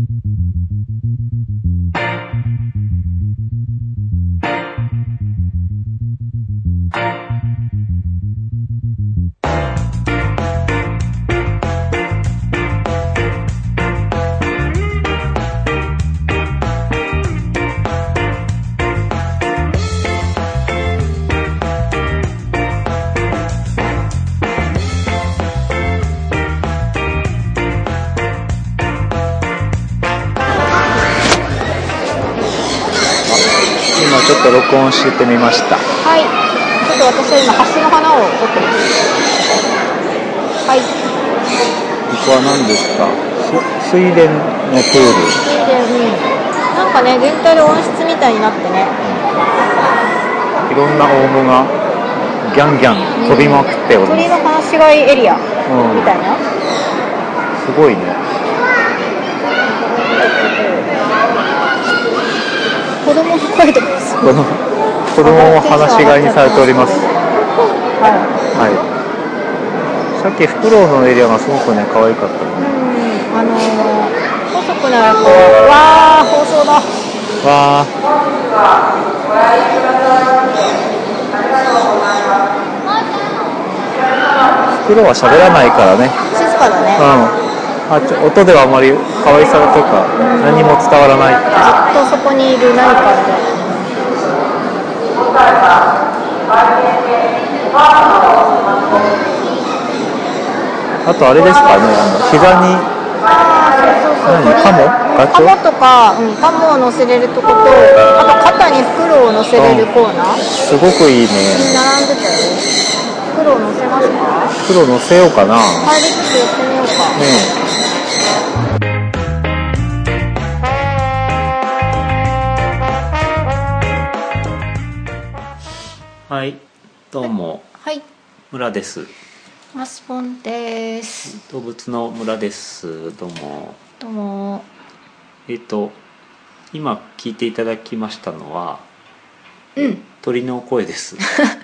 ちょっと録音してみました。 はい。ちょっと私は今ハスの花を撮ってます。はい。 ここは何ですか？水田のプール。 水田、なんかね、全体で温室みたいになってね。 いろんなオウムがギャンギャン飛びまくっております。 鳥の放し飼いエリアみたいな。 すごいね。 子供も声とかすごい。 子供も放し飼いにされております。はい。さっきフクロウのエリアがすごくね可愛かったね。 細くなるこう、わー放送だ。 わー。フクロウは喋らないからね。 静かだね。 音ではあまり可愛さとか何も伝わらない。 ずっとそこにいる何かみたいな。 あとあれですかね、膝にカモとか、 カモを乗せれるとこと、あと肩にフクロウを乗せれるコーナー、 すごくいいね。 並んでたよ。フクロウ乗せますか？ フクロウ乗せようかな。 入りつつ寄ってみようか。 はい、どうも。 はい。 村です。 マスポンです。 動物の村です。どうも。 どうも。 今聞いていただきましたのは、鳥の声です。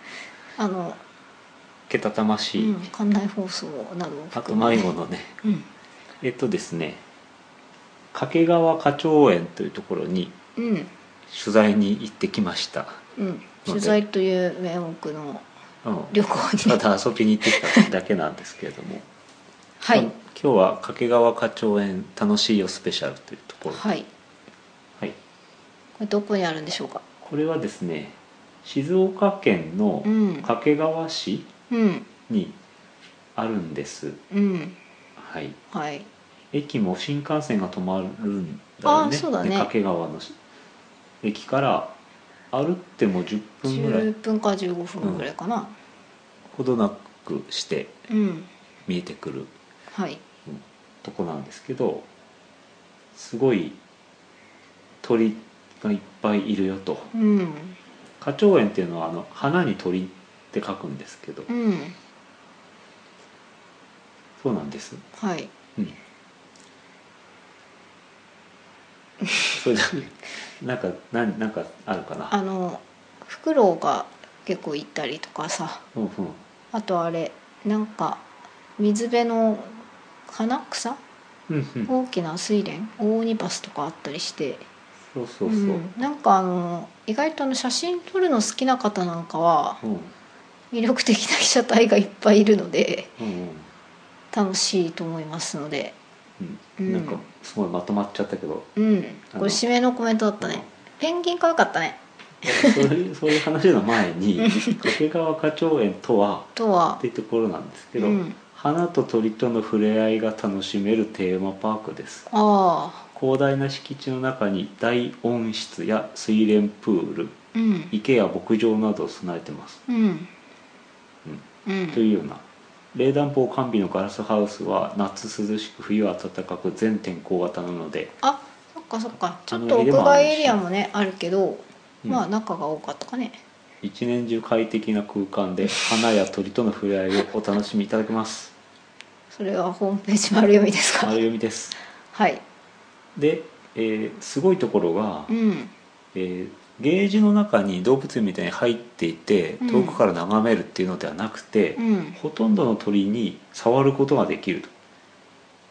けたたましい。 館内放送など。 あと迷子のね。ですね、掛川花鳥園というところに取材に行ってきました。 取材という名目の旅行に、 ただ遊びに行ってきただけなんですけれども、 はい、 今日は掛川花鳥園楽しいよスペシャルというところ、はい、 これどこにあるんでしょうか？ これはですね、静岡県の掛川市にあるんです。はい、駅も新幹線が止まるんだよね。 そうだね。 掛川の駅から歩っても10分ぐらい、 10分か15分ぐらいかな、 ほどなくして見えてくる、とこなんですけど、すごい鳥がいっぱいいるよと。花鳥園っていうのは花に鳥って書くんですけど、そうなんです。それでなんかあるかな。 フクロウが結構いたりとかさ、あとあれなんか水辺の花草、大きな睡蓮オオニバスとかあったりして、なんか意外と写真撮るの好きな方なんかは、魅力的な被写体がいっぱいいるので、楽しいと思いますので、 なんかすごいまとまっちゃったけど、 これ締めのコメントだったね。ペンギン可愛かったね。 そういう話の前に掛川花鳥園とはっていうところなんですけど、花と鳥との触れ合いが楽しめるテーマパークです。広大な敷地の中に大温室や水蓮プール、池や牧場などを備えてます、というような。冷暖房完備のガラスハウスは夏涼しく冬は暖かく全天候型なので、 そっかちょっと屋外エリアもねあるけど、中が多かったかね。 一年中快適な空間で花や鳥との触れ合いをお楽しみいただけます。 それはホームページ丸読みですか？ 丸読みです。で、すごいところが、ゲージの中に動物園みたいに入っていて遠くから眺めるっていうのではなくて、ほとんどの鳥に触ることができると。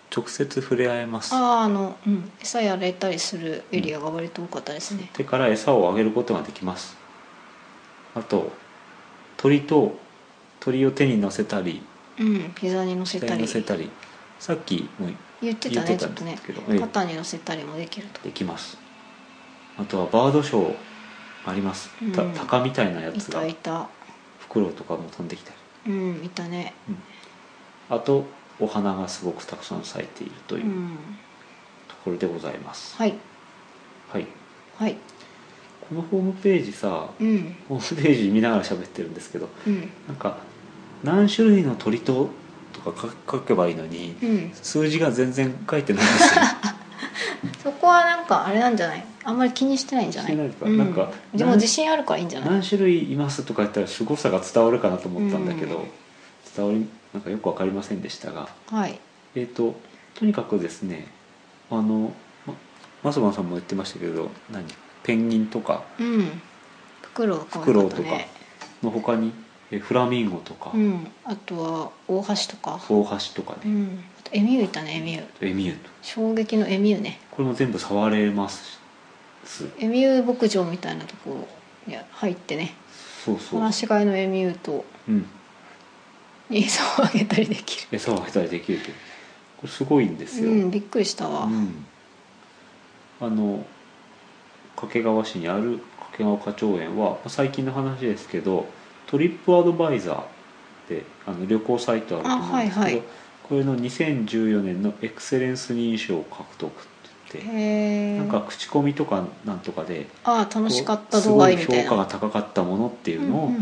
直接触れ合えます。 餌やれたりするエリアが割と多かったですね。 手から餌をあげることができます。あと鳥を手に乗せたり、 膝に乗せたり、 さっきも言ってたね、ちょっとね、肩に乗せたりもできると。 できます。あとはバードショーあります。鷹みたいなやつが、 いたフクロウとかも飛んできたり、 いたね。 あとお花がすごくたくさん咲いているというところでございます。 はいはいはい。 このホームページさ、ホームページ見ながら喋ってるんですけど、なんか何種類の鳥とか書けばいいのに、数字が全然書いてないんですよ。 そこはなんかあれなんじゃない？あんまり気にしてないんじゃない？なんかでも自信あるからいいんじゃない？何種類いますとか言ったら凄さが伝わるかなと思ったんだけど、なんかよく分かりませんでしたが、 はい。 とにかくですね、マスバンさんも言ってましたけど、ペンギンとか、 フクロウとかの他にフラミンゴとか、 あとはオオハシとかね、 あとエミューいたね。エミュー衝撃のエミューね。 これも全部触れます。 エミュー牧場みたいなとこに入ってね、放し飼いのエミューと、餌をあげたりできる。 これすごいんですよ。 びっくりしたわ。 掛川市にある掛川花鳥園は最近の話ですけど、トリップアドバイザーで旅行サイトあると思うんですけど、これの2014年のエクセレンス認証を獲得って言って、なんか口コミとかなんとかで楽しかった動画みたいな、 すごい評価が高かったものっていうのを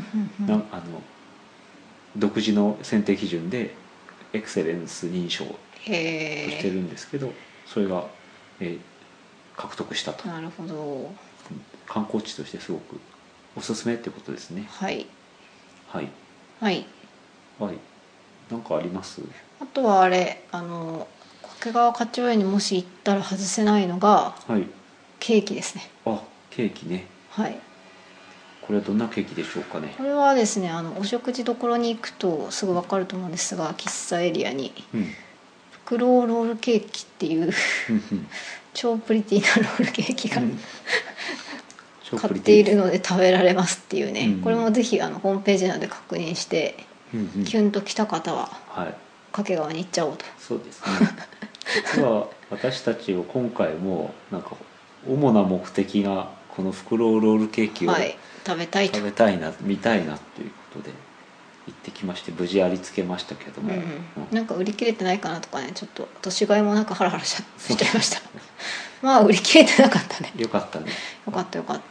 独自の選定基準でエクセレンス認証してるんですけど、それが、獲得したと。 なるほど。 観光地としてすごくおすすめってことですね。 はいはいはいはい。なんかあります？ あとは掛川花鳥園にもし行ったら外せないのが、ケーキですね。 ケーキね。 はい。 これはどんなケーキでしょうかね。 これはですね、お食事どころに行くとすぐ分かると思うんですが、喫茶エリアに、フクロウロールケーキっていう超プリティなロールケーキが買っているので食べられますっていうね、これもぜひホームページなどで確認して、キュンときた方は掛川に行っちゃおうと。 そうですね。実は私たちを今回もなんか主な目的がこのフクロウロールケーキを、 食べたいな見たいなということで行ってきまして、無事ありつけましたけども、 なんか売り切れてないかなとかね、ちょっと年がいもなんかハラハラしちゃいました。まあ売り切れてなかったね。 よかったね。 よかった。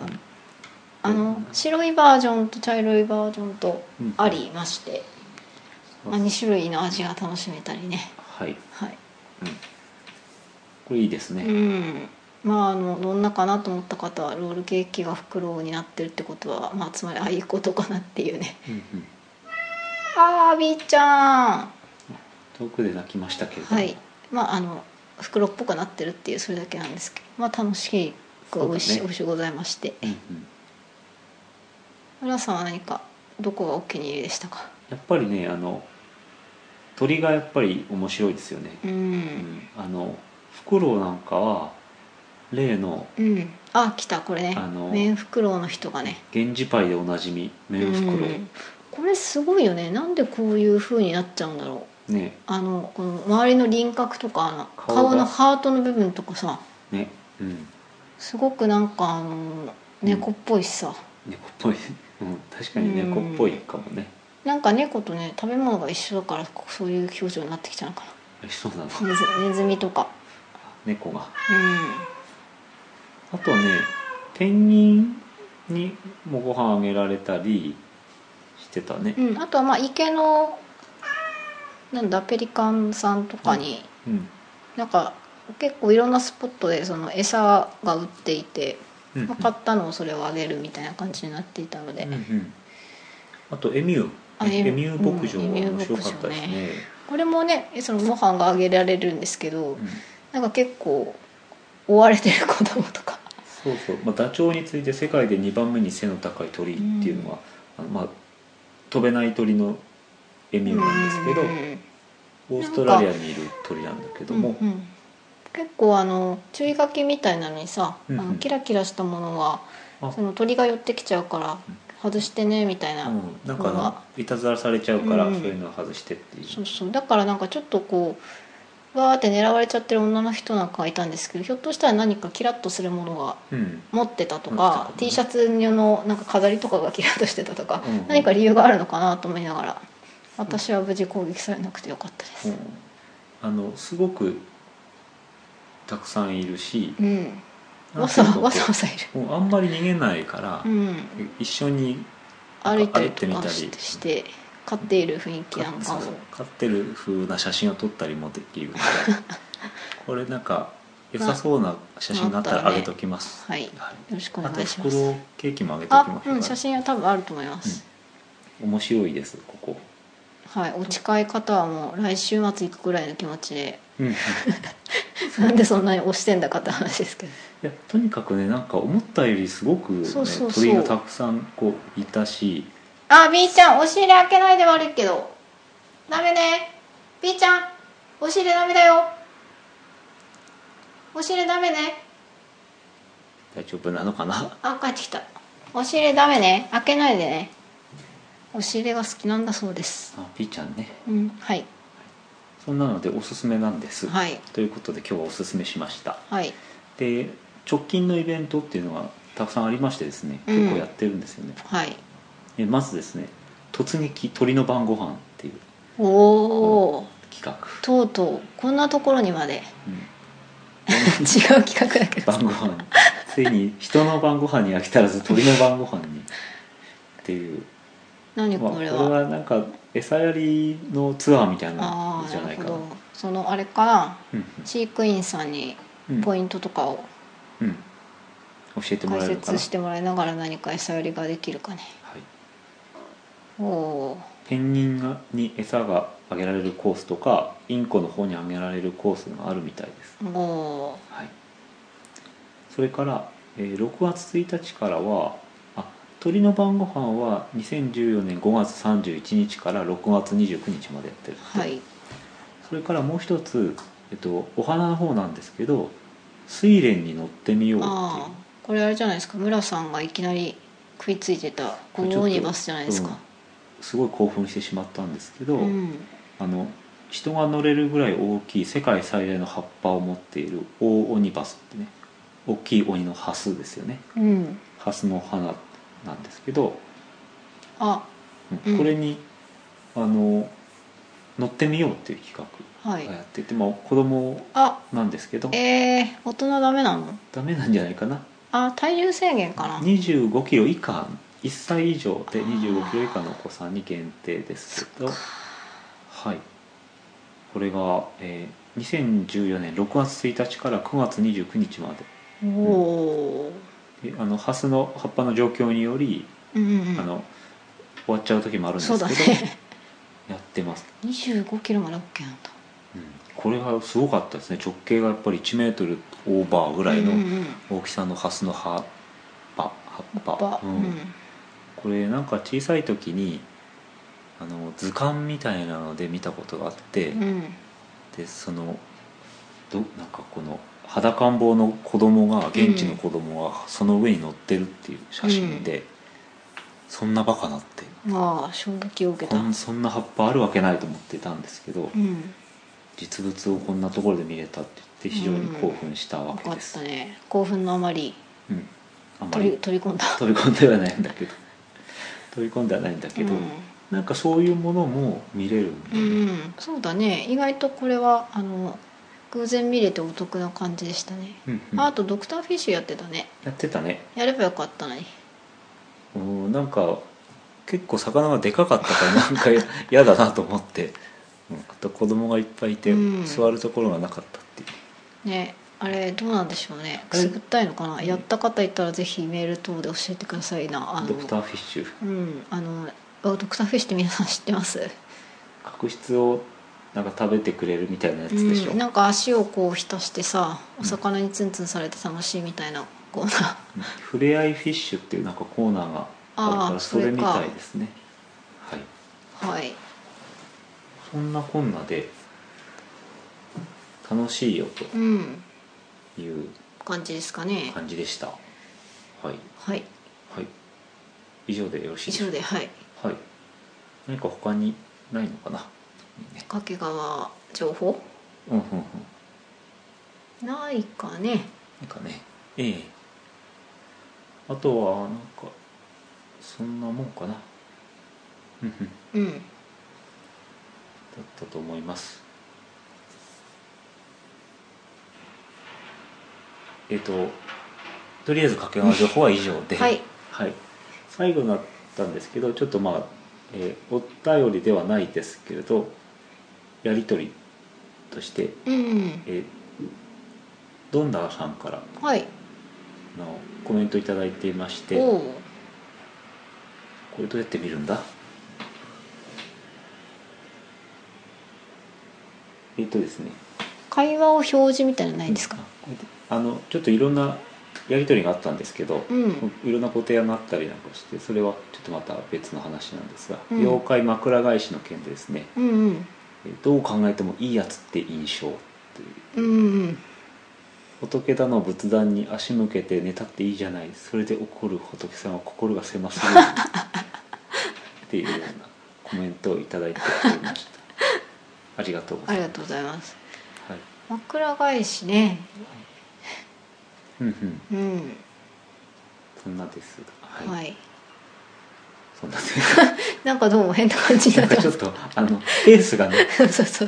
白いバージョンと茶色いバージョンとありまして、2種類の味が楽しめたりね。 これいいですね。 どんなかなと思った方は、ロールケーキがフクロウになってるってことは、つまりああいうことかなっていうね。ビーちゃん遠くで泣きましたけれども、フクロウっぽくなってるっていう、それだけなんですけど、楽しく美味しいございまして。浦さんは何かどこがお気に入りでしたか？ やっぱりね、鳥がやっぱり面白いですよね。フクロウなんかは例の、 来たこれね、メンフクロウの人がね、 源氏パイでおなじみメンフクロウ、 これすごいよね。なんでこういう風になっちゃうんだろうね。この周りの輪郭とか顔のハートの部分とかさね、すごくなんか猫っぽいしさ、 猫っぽい、確かに猫っぽいかもね。 なんか猫とね、食べ物が一緒だからそういう表情になってきちゃうのかな。 そうなの。 ネズミとか猫が、あとね、ペンギンにもご飯あげられたりしてたね。 あとは池のペリカンさんとかに、なんか結構いろんなスポットでその餌が売っていて、買ったのをそれをあげるみたいな感じになっていたので、あとエミュー牧場も面白かったですね。 これもね、そのご飯があげられるんですけど、なんか結構追われてる子供とか、 ダチョウに次いで世界で2番目に背の高い鳥っていうのは、飛べない鳥のエミューなんですけど、 オーストラリアにいる鳥なんだけども、 結構注意書きみたいなのにさ、キラキラしたものはその鳥が寄ってきちゃうから外してねみたいな、 なんかいたずらされちゃうから、そういうのは外してっていう。 そうだからなんかちょっとこうわーって狙われちゃってる女の人なんかがいたんですけど、ひょっとしたら何かキラッとするものが持ってたとか、T シャツのなんか飾りとかがキラッとしてたとか、何か理由があるのかなと思いながら、私は無事攻撃されなくてよかったです。 すごくたくさんいるし、 わざわざいる。 あんまり逃げないから、一緒に歩いたりとかして飼っている雰囲気なんかも、 飼ってる風な写真を撮ったりもできるのでこれなんか良さそうな写真があったら上げときます。 はい、よろしくお願いします。 あと袋ケーキも上げときましょうか。 写真は多分あると思います。 面白いですここ。 はい、お近い方はもう来週末行くぐらいの気持ちで、なんでそんなに押してんだかって話ですけど、 いやとにかくね、なんか思ったよりすごく、鳥がたくさんこういたし。 B ちゃんお尻開けないで悪いけどダメね。 B ちゃんお尻ダメだよ、お尻ダメね。 大丈夫なのかな。 帰ってきた。お尻ダメね、開けないでね。お尻が好きなんだそうです。 B ちゃんね。 はい。 そんなのでおすすめなんです。 はい。 ということで今日はおすすめしました。 はい。 で直近のイベントっていうのがたくさんありましてですね、結構やってるんですよね。 はい。 まずですね、突撃鳥の晩ご飯っていう企画。 とうとうこんなところにまで、違う企画だけど晩ご飯ついに人の晩ご飯に飽き足らず鳥の晩ご飯にっていう。 何これは。 これはなんか餌やりのツアーみたいなじゃないかな。 そのあれかな、飼育員さんにポイントとかを教えてもらえるかな。 解説してもらいながら何か餌やりができるかね。 ペンギンに餌があげられるコースとかインコの方にあげられるコースがあるみたいです。それから、6月1日からは鳥の晩ご飯は2014年5月31日から6月29日までやってる。それからもう一つ、お花の方なんですけど、睡蓮に乗ってみようっていう。 これあれじゃないですか、村さんがいきなり食いついてたオーニバスじゃないですか。 すごい興奮してしまったんですけど、人が乗れるぐらい大きい世界最大の葉っぱを持っているオオオニバスってね、大きい鬼のハスですよね。ハスの花なんですけど、これに乗ってみようっていう企画がやってて、子供なんですけど、 大人ダメなの？ ダメなんじゃないかな。 体重制限かな。 25キロ以下、1歳以上で25キロ以下のお子さんに限定ですけど、これが、2014年6月1日から9月29日まで。ハスの葉っぱの状況により、終わっちゃう時もあるんですけど、やってます。 25キロまで OK なんだ。 これがすごかったですね。直径がやっぱり1メートルオーバーぐらいの大きさのハスの葉っぱ。これなんか小さい時に図鑑みたいなので見たことがあって、でなんかこの裸ん坊の子供が、現地の子供がその上に乗ってるっていう写真で、そんなバカなって、 衝撃を受けた。 そんな葉っぱあるわけないと思ってたんですけど、実物をこんなところで見れたって言って非常に興奮したわけです。 よかったね。興奮のあまり、取り込んだ。 取り込んではないんだけど、なんかそういうものも見れるんで、 そうだね。意外とこれは偶然見れてお得な感じでしたね。あとドクターフィッシュやってたね。やればよかったのに。 なんか結構魚がでかかったからなんか嫌だなと思って、子供がいっぱいいて座るところがなかったっていうね。あれどうなんでしょうね。くすぐったいのかな。やった方いたらぜひメール等で教えてくださいな。 ドクターフィッシュ。 ドクターフィッシュって皆さん知ってます？ 角質をなんか食べてくれるみたいなやつでしょ。 なんか足をこう浸してさ、お魚にツンツンされて楽しいみたいなコーナー。 ふれあいフィッシュっていうなんかコーナーがあるからそれみたいですね。はい。 はい。 そんなこんなで楽しいよという感じですかね。 感じでした。はいはいはい。以上でよろしいでしょうか。 以上で、はい。 はい。何か他にないのかな。 掛川情報？ないかね。 なんかね、あとはなんかそんなもんかな。だったと思います。とりあえず掛川情報は以上で、はい、最後になったんですけど、ちょっとお便りではないですけれど、やり取りとして、ドンダーさんからのコメントいただいていまして、これどうやって見るんだ？ですね、 会話を表示みたいなのないですか？ ちょっといろんなやり取りがあったんですけど、いろんなご提案があったりなんかして、それはちょっとまた別の話なんですが、妖怪枕返しの件でですね、どう考えてもいいやつって印象という、仏だの仏壇に足向けて寝たっていいじゃない、それで怒る仏さんは心が狭すぎるっていうようなコメントをいただいておりました。ありがとうございます。 ありがとうございます。枕返しね。 そんなですが、 はい。 そんなですなんかどうも変な感じになってます。 ちょっとペースがねそう、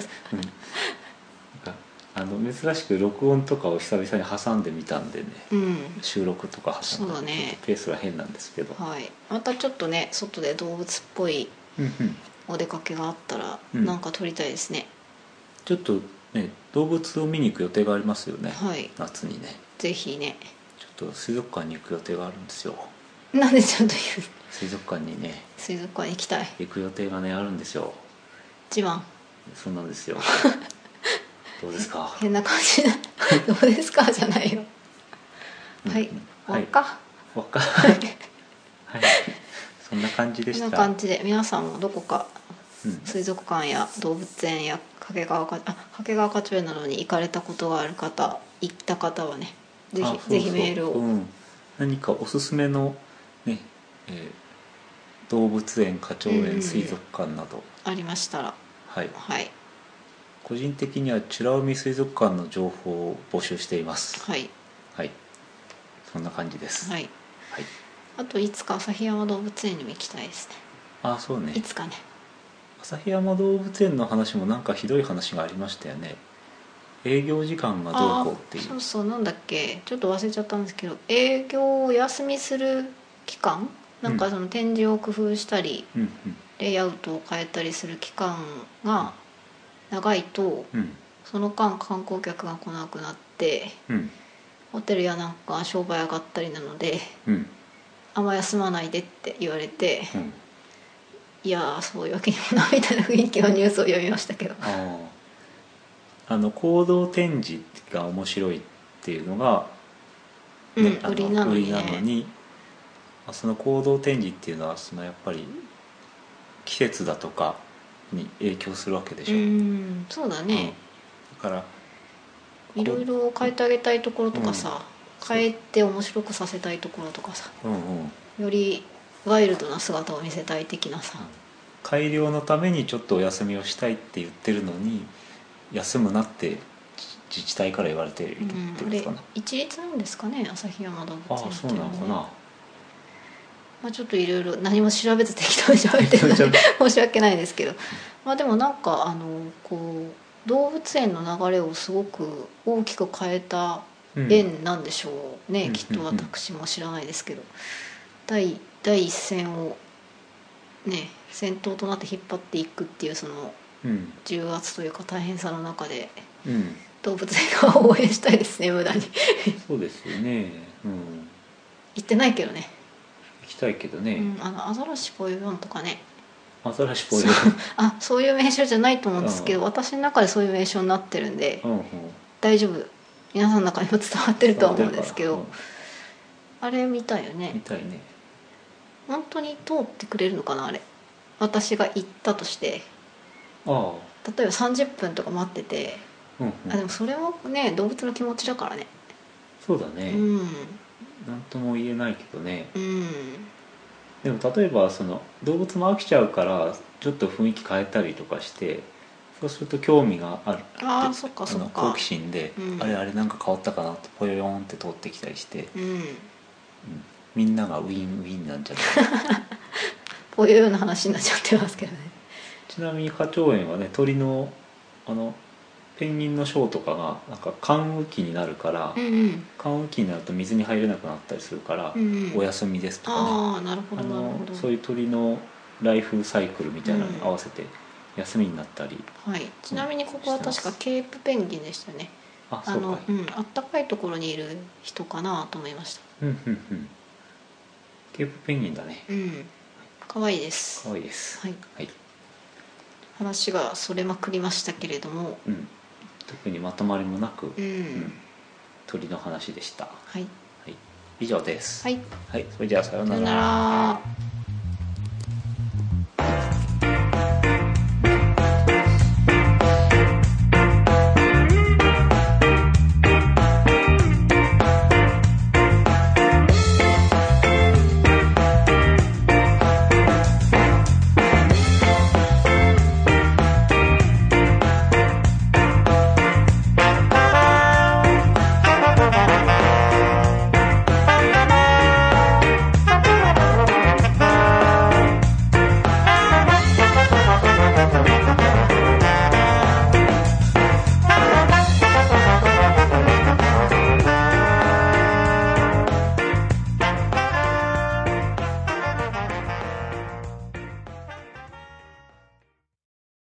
珍しく録音とかを久々に挟んでみたんでね、収録とか挟んで、ね、ペースが変なんですけど、 またちょっとね、外で動物っぽいお出かけがあったらなんか撮りたいですね。 ちょっとね、動物を見に行く予定がありますよね、夏にね。 ぜひね。 ちょっと水族館に行く予定があるんですよ。 なんでちょっと言う？ 水族館にね、 水族館に行きたい。 行く予定がねあるんですよ。 自慢。 そうなんですよ。どうですか？ 変な感じだ。どうですかじゃないよ。はい。輪っか。 はい。そんな感じでした。 そんな感じで、皆さんもどこか水族館や動物園や掛川花鳥園などに行かれたことがある方、行った方はね、ぜひメールを、 何かおすすめのね、動物園、花鳥園、水族館などありましたら、 個人的には美ら海水族館の情報を募集しています。そんな感じです。 あといつか旭山動物園にも行きたいですね。 そうね。 いつかね。 旭山動物園の話もなんかひどい話がありましたよね。営業時間がどうこうっていう。 そう、なんだっけ、ちょっと忘れちゃったんですけど、営業をお休みする期間、なんかその展示を工夫したり、レイアウトを変えたりする期間が長いと、その間観光客が来なくなって、ホテルやなんか商売上がったりなので、あんま休まないでって言われて、いやそういうわけにもなみたいな雰囲気のニュースを読みましたけど、 行動展示が面白いっていうのが、 売りなのに、その行動展示っていうのはやっぱり季節だとかに影響するわけでしょ。 そうだね、 だからいろいろ変えてあげたいところとかさ、変えて面白くさせたいところとかさ、よりワイルドな姿を見せたい的なさ、 改良のためにちょっとお休みをしたいって言ってるのに休むなって自治体から言われているってことかな。 一律なんですかね、旭山動物園っていうのはね。 そうなのかな。 ちょっといろいろ何も調べず適当に喋ってるので申し訳ないですけど、でもなんかこう動物園の流れをすごく大きく変えた園なんでしょうね、きっと。私も知らないですけど、第一線をね、先頭となって引っ張っていくっていうその重圧というか大変さの中で、動物園が応援したいですね、無駄に。 そうですよね。 行ってないけどね。 行きたいけどね。 アザラシポヨヨンとかね。 アザラシポヨヨン。 そういう名称じゃないと思うんですけど、私の中でそういう名称になってるんで、大丈夫。皆さんの中にも伝わってるとは思うんですけど、あれ見たいよね。 見たいね。 本当に通ってくれるのかな、あれ。私が行ったとして、例えば30分とか待ってて、 うんうん、 でもそれもね動物の気持ちだからね。 そうだね、なんとも言えないけどね、でも例えばその動物も飽きちゃうからちょっと雰囲気変えたりとかして、そうすると興味があるって、 そっかそっか、 好奇心で、あれなんか変わったかなってポヨヨンって通ってきたりして、みんながウィンウィンなんじゃないこういうような話になっちゃってますけどね。 ちなみに花鳥園はね、鳥のペンギンのショーとかがなんか寒雨期になるから、寒雨期になると水に入れなくなったりするから、お休みですとかね、 なるほどなるほど、 そういう鳥のライフサイクルみたいなのに合わせて休みになったり、 はい、ちなみにここは確かケープペンギンでしたよね。 そうか、 あったかいところにいる人かなと思いました。 ケープペンギンだね。 可愛いです。 可愛いです。 はい。話がそれまくりましたけれども、 特にまとまりもなく、鳥の話でした。 はい。 以上です。 はい。 それじゃあさようなら。 さようなら。